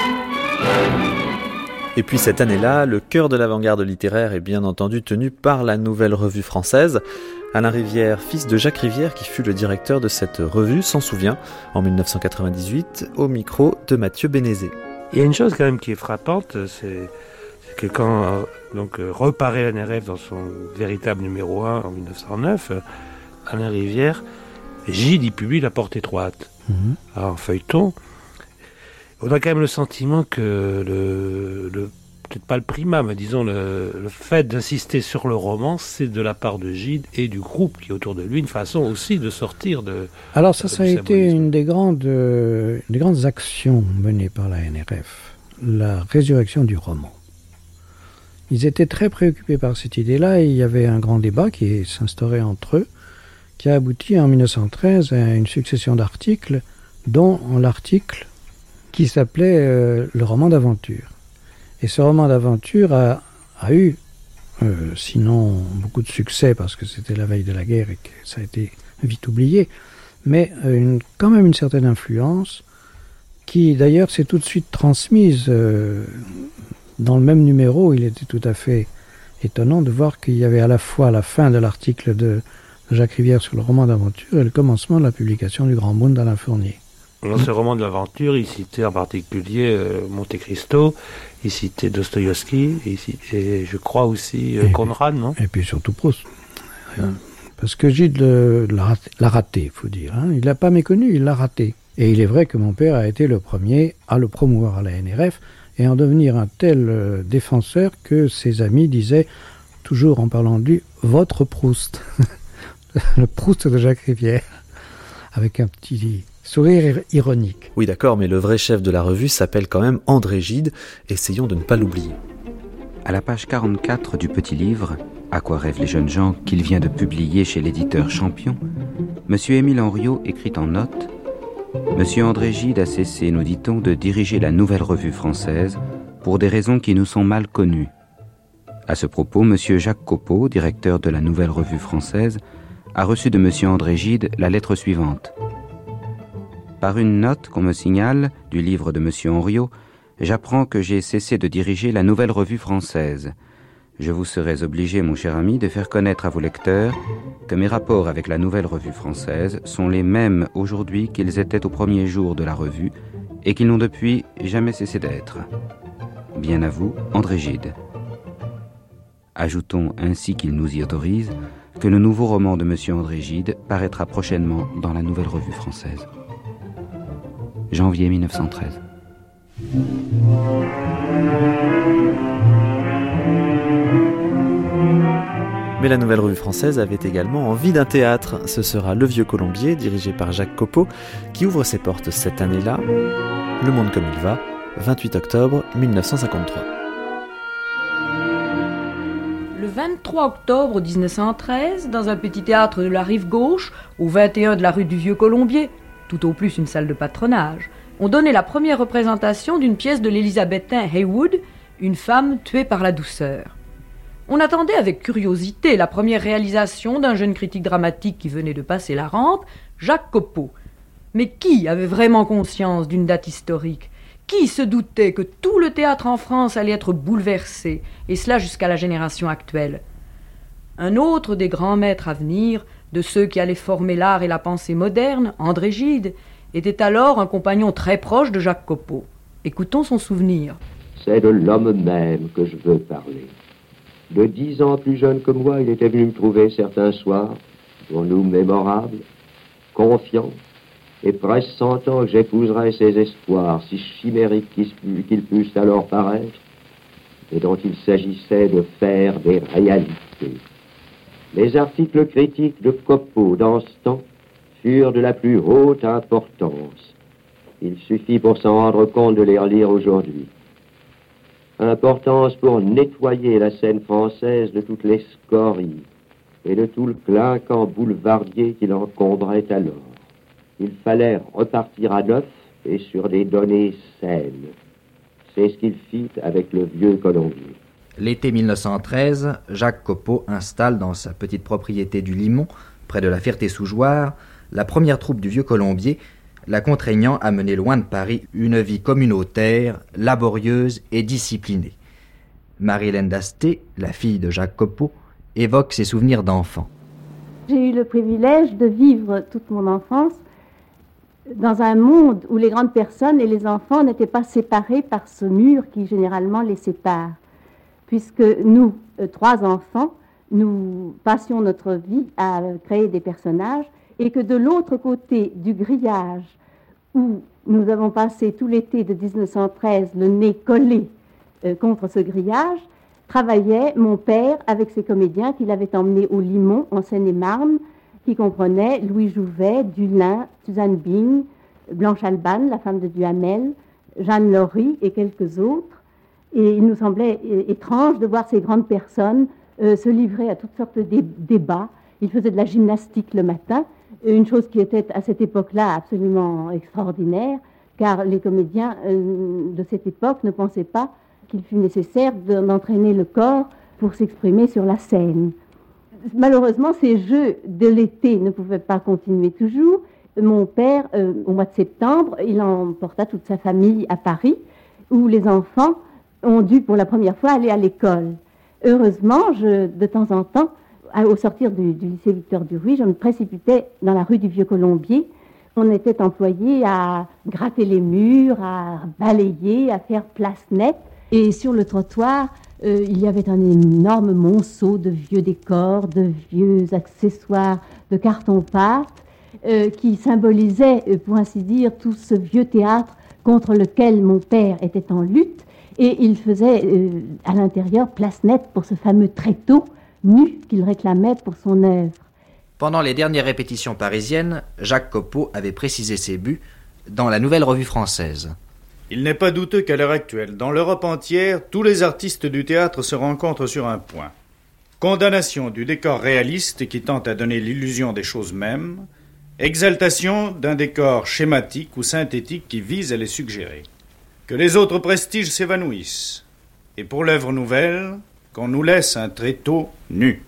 Et puis cette année-là, le cœur de l'avant-garde littéraire est bien entendu tenu par la Nouvelle Revue Française. Alain Rivière, fils de Jacques Rivière, qui fut le directeur de cette revue, s'en souvient, en dix-neuf cent quatre-vingt-dix-huit, au micro de Mathieu Bénézé. Il y a une chose quand même qui est frappante, c'est, c'est que quand euh, donc, euh, reparaît l'N R F dans son véritable numéro un en dix-neuf cent neuf, euh, Alain Rivière, Gide y publie La Porte étroite, mmh. Alors, en feuilleton. On a quand même le sentiment que, le, le, peut-être pas le primat, mais disons le, le fait d'insister sur le roman, c'est de la part de Gide et du groupe qui est autour de lui, une façon aussi de sortir de... Alors ça, ça a été une des grandes, euh, des grandes actions menées par la N R F, la résurrection du roman. Ils étaient très préoccupés par cette idée-là et il y avait un grand débat qui s'instaurait entre eux, qui a abouti en dix-neuf cent treize à une succession d'articles, dont l'article qui s'appelait euh, le roman d'aventure. Et ce roman d'aventure a, a eu, euh, sinon beaucoup de succès, parce que c'était la veille de la guerre et que ça a été vite oublié, mais euh, une, quand même une certaine influence, qui d'ailleurs s'est tout de suite transmise euh, dans le même numéro. Il était tout à fait étonnant de voir qu'il y avait à la fois la fin de l'article de Jacques Rivière sur le roman d'aventure et le commencement de la publication du Grand Monde d'Alain Fournier. Dans ce roman de l'aventure, il citait en particulier euh, Monte Cristo, il citait Dostoïevski, et, et je crois aussi euh, Conrad, non ? Et puis surtout Proust. Hum. Parce que Gide le, l'a, l'a raté, il faut dire. Hein. Il ne l'a pas méconnu, il l'a raté. Et il est vrai que mon père a été le premier à le promouvoir à la N R F et en devenir un tel euh, défenseur que ses amis disaient, toujours en parlant de lui, « votre Proust ». Le Proust de Jacques Rivière, avec un petit sourire ironique. Oui, d'accord, mais le vrai chef de la revue s'appelle quand même André Gide. Essayons de ne pas l'oublier. À la page quarante-quatre du petit livre, À quoi rêvent les jeunes gens, qu'il vient de publier chez l'éditeur Champion, Monsieur Émile Henriot écrit en note « Monsieur André Gide a cessé, nous dit-on, de diriger la Nouvelle Revue Française pour des raisons qui nous sont mal connues. À ce propos, Monsieur Jacques Copeau, directeur de la Nouvelle Revue Française, a reçu de Monsieur André Gide la lettre suivante. Par une note qu'on me signale du livre de Monsieur Henriot, j'apprends que j'ai cessé de diriger la Nouvelle Revue Française. Je vous serais obligé, mon cher ami, de faire connaître à vos lecteurs que mes rapports avec la Nouvelle Revue Française sont les mêmes aujourd'hui qu'ils étaient au premier jour de la revue et qu'ils n'ont depuis jamais cessé d'être. Bien à vous, André Gide. Ajoutons ainsi qu'il nous y autorise que le nouveau roman de Monsieur André Gide paraîtra prochainement dans la Nouvelle Revue Française. Janvier dix-neuf cent treize. Mais la Nouvelle Revue Française avait également envie d'un théâtre. Ce sera Le Vieux Colombier, dirigé par Jacques Copeau, qui ouvre ses portes cette année-là. Le Monde comme il va, vingt-huit octobre dix-neuf cent cinquante-trois. Le vingt-trois octobre dix-neuf cent treize, dans un petit théâtre de la Rive Gauche, au vingt et un de la rue du Vieux Colombier, tout au plus une salle de patronage, on donnait la première représentation d'une pièce de l'élisabétain Heywood, Une femme tuée par la douceur. On attendait avec curiosité la première réalisation d'un jeune critique dramatique qui venait de passer la rampe, Jacques Copeau. Mais qui avait vraiment conscience d'une date historique ? Qui se doutait que tout le théâtre en France allait être bouleversé, et cela jusqu'à la génération actuelle ? Un autre des grands maîtres à venir, de ceux qui allaient former l'art et la pensée moderne, André Gide, était alors un compagnon très proche de Jacques Copeau. Écoutons son souvenir. C'est de l'homme même que je veux parler. De dix ans plus jeune que moi, il était venu me trouver certains soirs, pour nous mémorables, confiant, et pressentant que j'épouserais ses espoirs, si chimériques qu'ils pussent alors paraître, et dont il s'agissait de faire des réalités. Les articles critiques de Copeau dans ce temps furent de la plus haute importance. Il suffit pour s'en rendre compte de les relire aujourd'hui. Importance pour nettoyer la scène française de toutes les scories et de tout le clinquant boulevardier qui l'encombrait alors. Il fallait repartir à neuf et sur des données saines. C'est ce qu'il fit avec le vieux Colombier. L'été mille neuf cent treize, Jacques Copeau installe dans sa petite propriété du Limon, près de la Ferté-sous-Jouarre, la première troupe du vieux Colombier, la contraignant à mener loin de Paris une vie communautaire, laborieuse et disciplinée. Marie-Hélène d'Asté, la fille de Jacques Copeau, évoque ses souvenirs d'enfant. J'ai eu le privilège de vivre toute mon enfance dans un monde où les grandes personnes et les enfants n'étaient pas séparés par ce mur qui généralement les sépare. Puisque nous, euh, trois enfants, nous passions notre vie à créer des personnages et que de l'autre côté du grillage où nous avons passé tout l'été de dix-neuf cent treize le nez collé euh, contre ce grillage, travaillait mon père avec ses comédiens qu'il avait emmenés au Limon, en Seine-et-Marne, qui comprenaient Louis Jouvet, Dulin, Suzanne Bing, Blanche Alban, la femme de Duhamel, Jeanne Laurie et quelques autres. Et il nous semblait étrange de voir ces grandes personnes euh, se livrer à toutes sortes de dé- débats. Ils faisaient de la gymnastique le matin, une chose qui était à cette époque-là absolument extraordinaire, car les comédiens euh, de cette époque ne pensaient pas qu'il fût nécessaire de, d'entraîner le corps pour s'exprimer sur la scène. Malheureusement, ces jeux de l'été ne pouvaient pas continuer toujours. Mon père, euh, au mois de septembre, il emporta toute sa famille à Paris, où les enfants ont dû pour la première fois aller à l'école. Heureusement, je, de temps en temps, au sortir du, du lycée Victor Duruy, je me précipitais dans la rue du Vieux-Colombier. On était employés à gratter les murs, à balayer, à faire place nette. Et sur le trottoir, euh, il y avait un énorme monceau de vieux décors, de vieux accessoires de carton-pâte, euh, qui symbolisaient, euh, pour ainsi dire, tout ce vieux théâtre contre lequel mon père était en lutte. Et il faisait euh, à l'intérieur place nette pour ce fameux tréteau nu qu'il réclamait pour son œuvre. Pendant les dernières répétitions parisiennes, Jacques Copeau avait précisé ses buts dans la Nouvelle Revue Française. Il n'est pas douteux qu'à l'heure actuelle, dans l'Europe entière, tous les artistes du théâtre se rencontrent sur un point. Condamnation du décor réaliste qui tente à donner l'illusion des choses mêmes, exaltation d'un décor schématique ou synthétique qui vise à les suggérer. Que les autres prestiges s'évanouissent, et pour l'œuvre nouvelle, qu'on nous laisse un tréteau nu.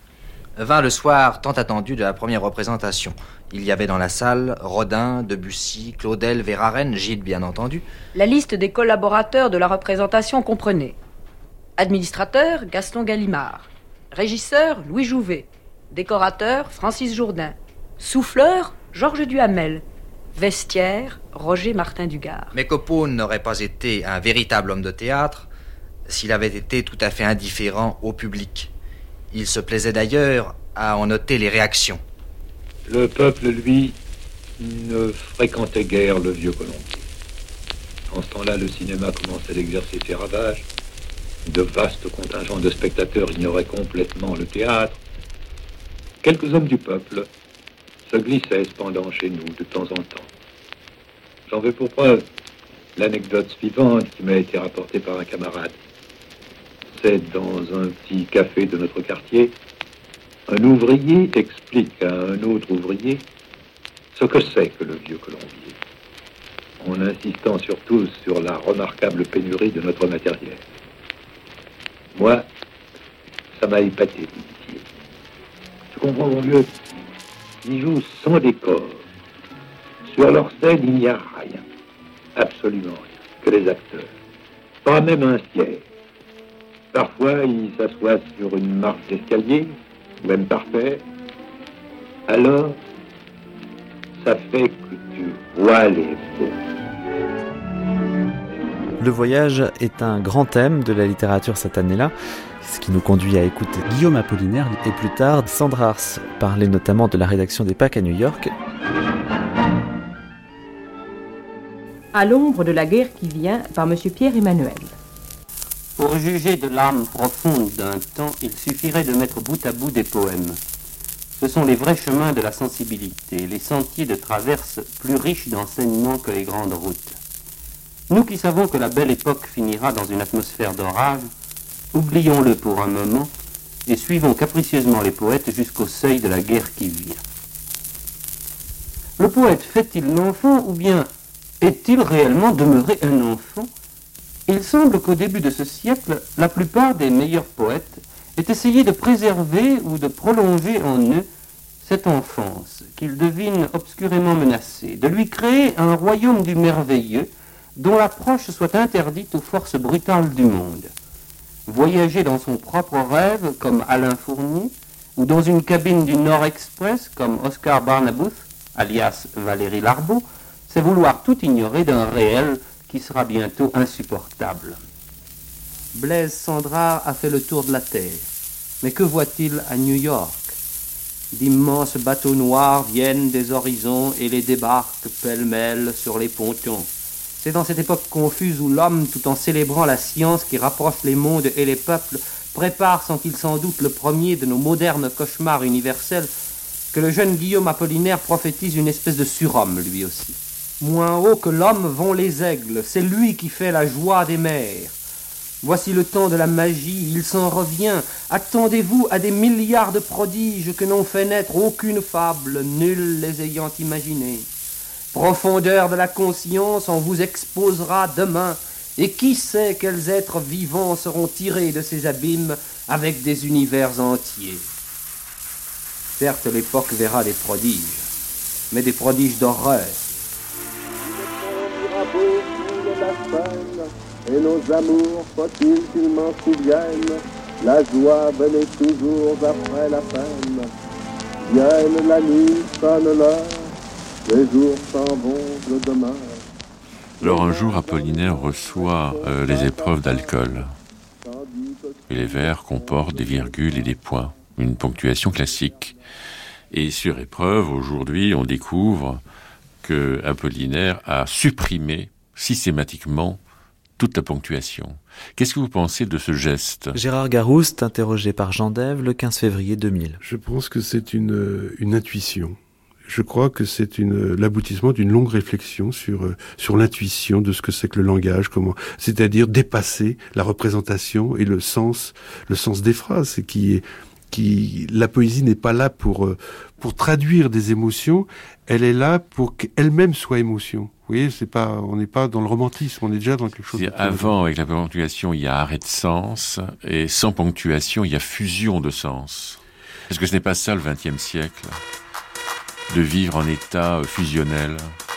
Vint le soir tant attendu de la première représentation. Il y avait dans la salle Rodin, Debussy, Claudel, Verhaeren, Gide bien entendu. La liste des collaborateurs de la représentation comprenait administrateur Gaston Gallimard, régisseur Louis Jouvet, décorateur Francis Jourdain, souffleur Georges Duhamel, vestiaire Roger Martin Dugard. Mais Copeau n'aurait pas été un véritable homme de théâtre s'il avait été tout à fait indifférent au public. Il se plaisait d'ailleurs à en noter les réactions. Le peuple, lui, ne fréquentait guère le vieux Colombier. En ce temps-là, le cinéma commençait d'exercer ses ravages. De vastes contingents de spectateurs ignoraient complètement le théâtre. Quelques hommes du peuple se glissaient cependant chez nous de temps en temps. J'en veux pour preuve l'anecdote suivante qui m'a été rapportée par un camarade. C'est dans un petit café de notre quartier, un ouvrier explique à un autre ouvrier ce que c'est que le vieux Colombier, en insistant surtout sur la remarquable pénurie de notre matériel. Moi, ça m'a épaté, dit-il. Tu comprends, mon vieux, ils jouent sans décor. Sur leur scène, il n'y a rien, absolument rien, que les acteurs. Pas même un siège. Parfois, ils s'assoient sur une marche d'escalier, ou même par terre. Alors, ça fait que tu vois les beaux. Le voyage est un grand thème de la littérature cette année-là, ce qui nous conduit à écouter Guillaume Apollinaire et plus tard Sandra Ars parler notamment de la rédaction des Pâques à New York. À l'ombre de la guerre qui vient, par M. Pierre Emmanuel. Pour juger de l'âme profonde d'un temps, il suffirait de mettre bout à bout des poèmes. Ce sont les vrais chemins de la sensibilité, les sentiers de traverse plus riches d'enseignements que les grandes routes. Nous qui savons que la belle époque finira dans une atmosphère d'orage, oublions-le pour un moment et suivons capricieusement les poètes jusqu'au seuil de la guerre qui vient. Le poète fait-il l'enfant ou bien est-il réellement demeuré un enfant ? Il semble qu'au début de ce siècle, la plupart des meilleurs poètes aient essayé de préserver ou de prolonger en eux cette enfance qu'ils devinent obscurément menacée, de lui créer un royaume du merveilleux dont l'approche soit interdite aux forces brutales du monde. Voyager dans son propre rêve comme Alain Fournier, ou dans une cabine du Nord Express comme Oscar Barnabouth, alias Valérie Larbaud, c'est vouloir tout ignorer d'un réel qui sera bientôt insupportable. Blaise Cendrars a fait le tour de la Terre, mais que voit-il à New York ? D'immenses bateaux noirs viennent des horizons et les débarquent pêle-mêle sur les pontons. C'est dans cette époque confuse où l'homme, tout en célébrant la science qui rapproche les mondes et les peuples, prépare sans qu'il s'en doute le premier de nos modernes cauchemars universels, que le jeune Guillaume Apollinaire prophétise une espèce de surhomme, lui aussi. Moins haut que l'homme vont les aigles, c'est lui qui fait la joie des mers. Voici le temps de la magie, il s'en revient. Attendez-vous à des milliards de prodiges que n'ont fait naître aucune fable, nulle les ayant imaginés. Profondeur de la conscience, on vous exposera demain, et qui sait quels êtres vivants seront tirés de ces abîmes avec des univers entiers. Certes, l'époque verra des prodiges, mais des prodiges d'horreur. Et nos amours, faut-il qu'ils m'en souviennent, la joie venait toujours après la peine. Vienne la nuit, sonne l'heure, les jours s'en vont, le demain. Alors un jour, Apollinaire reçoit euh, les épreuves d'alcool. Et les vers comportent des virgules et des points, une ponctuation classique. Et sur épreuve, aujourd'hui, on découvre que Apollinaire a supprimé systématiquement toute la ponctuation. Qu'est-ce que vous pensez de ce geste ? Gérard Garouste, interrogé par Jean Dève le quinze février deux mille. Je pense que c'est une, une intuition. Je crois que c'est une, l'aboutissement d'une longue réflexion sur, sur l'intuition de ce que c'est que le langage, comment, c'est-à-dire dépasser la représentation et le sens, le sens des phrases, qui est, qui, la poésie n'est pas là pour, pour traduire des émotions, elle est là pour qu'elle-même soit émotion. Vous voyez, c'est pas, on n'est pas dans le romantisme, on est déjà dans quelque chose. C'est avant, avec la ponctuation, il y a arrêt de sens, et sans ponctuation, il y a fusion de sens. Est-ce que ce n'est pas ça le vingtième siècle ? De vivre en état fusionnel.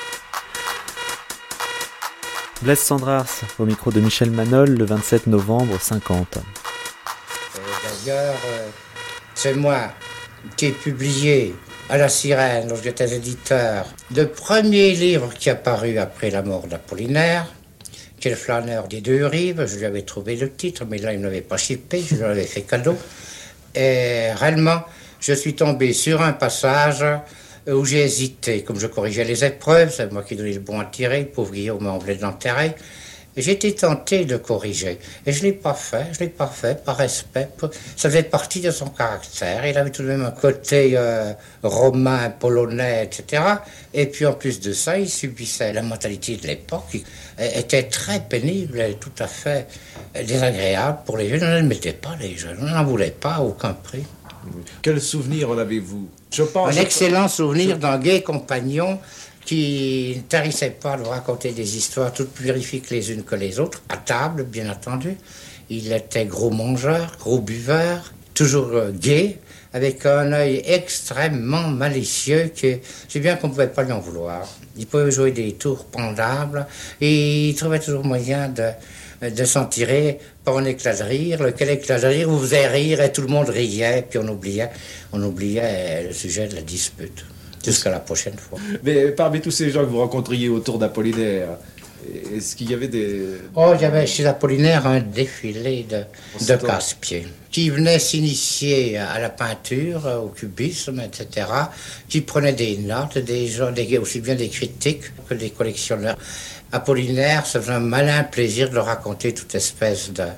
Blaise Cendrars, au micro de Michel Manol, le vingt-sept novembre cinquante. D'ailleurs, euh, c'est moi qui ai publié à La Sirène, lorsque j'étais éditeur, le premier livre qui a paru après la mort d'Apollinaire, qui est Le flâneur des deux rives. Je lui avais trouvé le titre, mais là, il ne l'avait pas shippé, je lui avais fait cadeau. Et réellement, je suis tombé sur un passage où j'ai hésité. Comme je corrigeais les épreuves, c'est moi qui donnais le bon à tirer, le pauvre Guillaume m'a envoyé de l'enterrer. J'étais tenté de corriger. Et je ne l'ai pas fait, je ne l'ai pas fait par respect. Ça faisait partie de son caractère. Il avait tout de même un côté euh, romain, polonais, et cetera. Et puis en plus de ça, il subissait la mentalité de l'époque. Il était très pénible et tout à fait désagréable pour les jeunes. On ne le mettait pas, les jeunes. On n'en voulait pas à aucun prix. Quel souvenir en avez-vous ? Je pense... Un excellent souvenir d'un gai compagnon qui ne tarissait pas de raconter des histoires toutes plus purifiques les unes que les autres, à table, bien entendu. Il était gros mangeur, gros buveur, toujours euh, gai, avec un œil extrêmement malicieux, que c'est bien qu'on ne pouvait pas lui en vouloir. Il pouvait jouer des tours pendables, et il trouvait toujours moyen de, de s'en tirer par un éclat de rire, lequel éclat de rire vous faisait rire, et tout le monde riait, puis on oubliait, on oubliait le sujet de la dispute. Jusqu'à la prochaine fois. Mais parmi tous ces gens que vous rencontriez autour d'Apollinaire, est-ce qu'il y avait des... Oh, il y avait chez Apollinaire un défilé de, de casse-pieds qui venaient s'initier à la peinture, au cubisme, et cetera, qui prenaient des notes, des gens, des, aussi bien des critiques que des collectionneurs. Apollinaire se faisait un malin plaisir de leur raconter toute espèce de,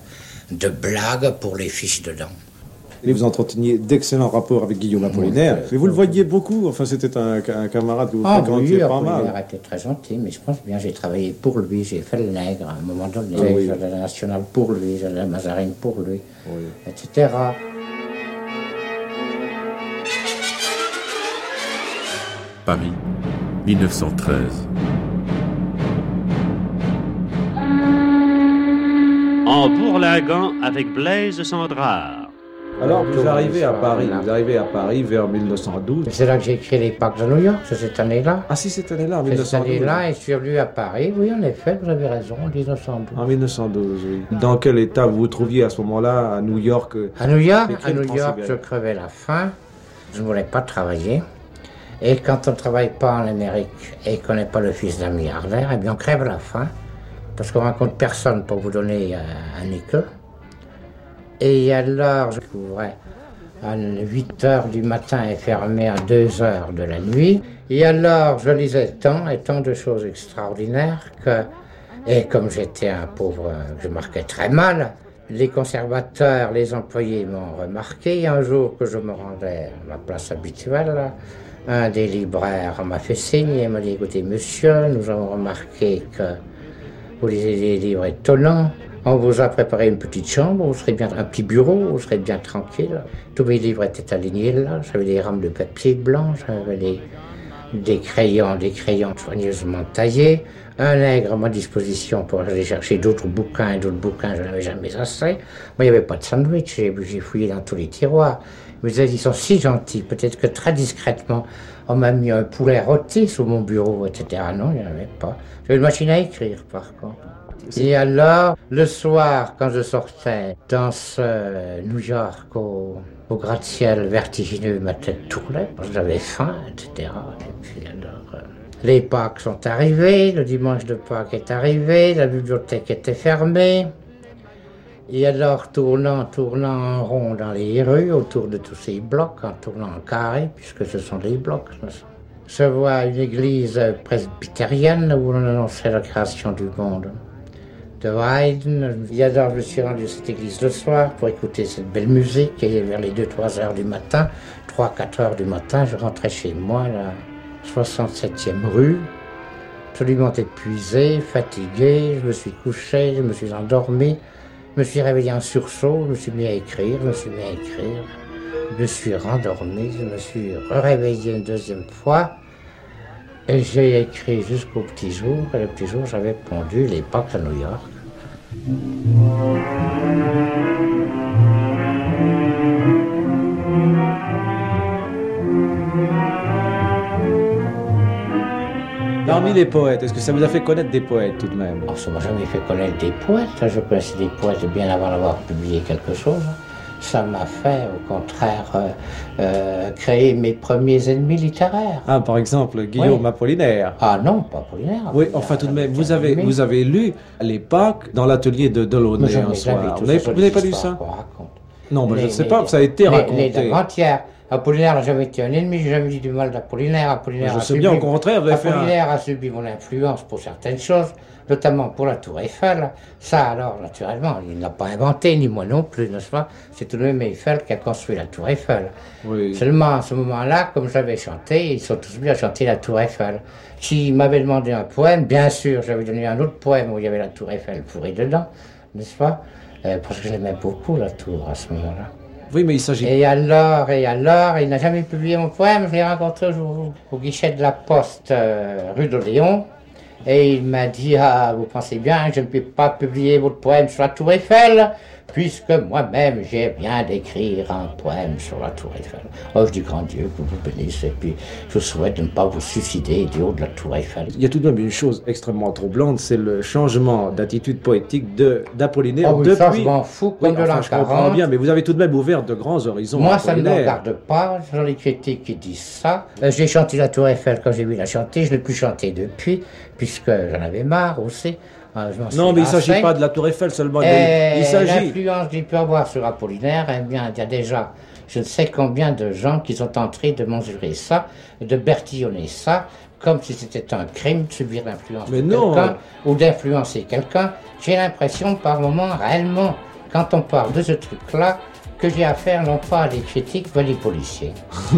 de blagues pour les fiches dedans. Et vous entreteniez d'excellents rapports avec Guillaume Apollinaire. Mais vous le voyiez beaucoup, enfin c'était un, un camarade que vous ah, fréquentiez oui, pas Apollinaire mal. était très gentil, mais je pense bien j'ai travaillé pour lui, j'ai fait le nègre à un moment donné, ah, oui. j'allais à la Nationale pour lui, j'allais à la Mazarine pour lui, oui. et cetera. Paris, mille neuf cent treize. En bourlinguant avec Blaise Sandrard. Alors, vous arrivez à Paris, vous arrivez à Paris vers mille neuf cent douze. C'est là que j'ai écrit les Pâques de New York, c'est cette année-là. Ah si, cette année-là, en mille neuf cent douze. Cette année-là, et je suis revenu à Paris, oui, en effet, vous avez raison, en mille neuf cent douze. En mille neuf cent douze, oui. Dans quel état vous vous trouviez à ce moment-là, à New York? À New York, à New York, je crevais la faim, je ne voulais pas travailler. Et quand on ne travaille pas en Amérique et qu'on n'est pas le fils d'un milliardaire, eh bien on crève la faim, parce qu'on ne rencontre personne pour vous donner un nickel. Et alors, je couvrais à huit heures du matin et fermé à deux heures de la nuit. Et alors, je lisais tant et tant de choses extraordinaires que, et comme j'étais un pauvre, je marquais très mal, les conservateurs, les employés m'ont remarqué. Un jour que je me rendais à ma place habituelle, un des libraires m'a fait signe et m'a dit, écoutez, monsieur, nous avons remarqué que vous lisez des livres étonnants. On vous a préparé une petite chambre, vous serez bien un petit bureau, vous serez bien tranquille. Tous mes livres étaient alignés là, j'avais des rames de papier blanc, j'avais des, des crayons, des crayons soigneusement taillés, un nègre à ma disposition pour aller chercher d'autres bouquins et d'autres bouquins, je n'avais jamais assez. Moi, il n'y avait pas de sandwich, j'ai fouillé dans tous les tiroirs. Vous savez, ils sont si gentils, peut-être que très discrètement, on m'a mis un poulet rôti sous mon bureau, et cetera. Non, il n'y en avait pas. J'avais une machine à écrire, par contre. Et alors, le soir, quand je sortais dans ce New York au, au gratte-ciel vertigineux, ma tête tournait, parce que j'avais faim, et cetera. Et puis alors, euh, les Pâques sont arrivés, le dimanche de Pâques est arrivé, la bibliothèque était fermée. Et alors, tournant, tournant en rond dans les rues, autour de tous ces blocs, en tournant en carré, puisque ce sont des blocs, je vois une église presbytérienne où on annonçait la création du monde de Haydn. Et alors, je me suis rendu à cette église le soir pour écouter cette belle musique. Et vers les deux trois heures du matin, trois quatre heures du matin, je rentrais chez moi, la soixante-septième rue, absolument épuisé, fatigué. Je me suis couché, je me suis endormi, je me suis réveillé en sursaut, je me suis mis à écrire, je me suis mis à écrire. Je me suis rendormi, je me suis réveillé une deuxième fois. Et j'ai écrit jusqu'au petit jour, et le petit jour, j'avais pondu les Pâques à New York. Parmi les poètes, est-ce que ça vous a fait connaître des poètes tout de même? Oh, ça m'a jamais fait connaître des poètes, je connaissais des poètes bien avant d'avoir publié quelque chose. Ça m'a fait, au contraire, euh, euh, créer mes premiers ennemis littéraires. Ah, par exemple, Guillaume oui. Apollinaire. Ah non, pas Apollinaire. Oui, enfin tout de même, vous avez, vous avez lu les Pâques dans l'atelier de Delaunay un soir. Vous n'avez pas lu ça? Non, mais je ne sais pas, ça a été raconté. Les entières. Apollinaire n'a jamais été un ennemi, j'ai jamais dit du mal d'Apollinaire. Apollinaire je sais bien, au contraire, vous avez fait un... Apollinaire a subi mon influence pour certaines choses, notamment pour la Tour Eiffel. Ça, alors, naturellement, il n'a pas inventé, ni moi non plus, n'est-ce pas? C'est tout de même Eiffel qui a construit la Tour Eiffel. Oui. Seulement, à ce moment-là, comme j'avais chanté, ils sont tous venus à chanter la Tour Eiffel. S'ils m'avaient demandé un poème, bien sûr, j'avais donné un autre poème où il y avait la Tour Eiffel pourrie dedans, n'est-ce pas? euh, Parce que j'aimais beaucoup la Tour à ce moment-là. Oui, mais il s'agit... Et alors, et alors, il n'a jamais publié mon poème. Je l'ai rencontré au, au guichet de la Poste, euh, rue de Léon. Et il m'a dit, ah, vous pensez bien que je ne peux pas publier votre poème sur la Tour Eiffel, puisque moi-même j'ai bien d'écrire un poème sur la Tour Eiffel. Oh, je dis, grand Dieu, que vous bénisse, et puis je vous souhaite de ne pas vous suicider du haut de la Tour Eiffel. Il y a tout de même une chose extrêmement troublante, c'est le changement d'attitude poétique de, d'Apollinaire oh, oui, depuis... ça, je m'en fous, comme oui, de enfin, l'an je comprends quarante. bien, mais vous avez tout de même ouvert de grands horizons. Moi, ça ne me regarde pas, ce sont les critiques qui disent ça. J'ai chanté la Tour Eiffel quand j'ai vu la chanter, je ne l'ai plus chanté depuis, puisque j'en avais marre aussi. Non, mais il ne s'agit pas de la Tour Eiffel seulement. Et il s'agit... l'influence qu'il peut avoir sur Apollinaire, eh bien, il y a déjà je ne sais combien de gens qui sont en train de mesurer ça, de bertillonner ça, comme si c'était un crime de subir l'influence de quelqu'un ou d'influencer quelqu'un. J'ai l'impression par moments réellement quand on parle de ce truc-là, que j'ai affaire non pas à des critiques, mais à des policiers.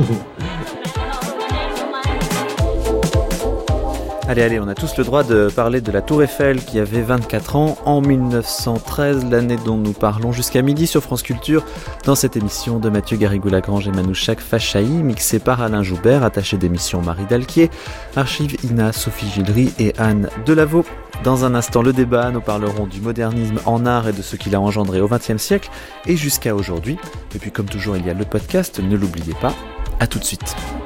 Allez, allez, on a tous le droit de parler de la Tour Eiffel qui avait vingt-quatre ans en mille neuf cent treize, l'année dont nous parlons jusqu'à midi sur France Culture, dans cette émission de Mathieu Garrigou-Lagrange et Manouchak Fachaï, mixée par Alain Joubert, attaché d'émission Marie Dalquier, archive Ina, Sophie Gildery et Anne Delaveau. Dans un instant, le débat, nous parlerons du modernisme en art et de ce qu'il a engendré au vingtième siècle et jusqu'à aujourd'hui. Et puis comme toujours, il y a le podcast, ne l'oubliez pas. À tout de suite.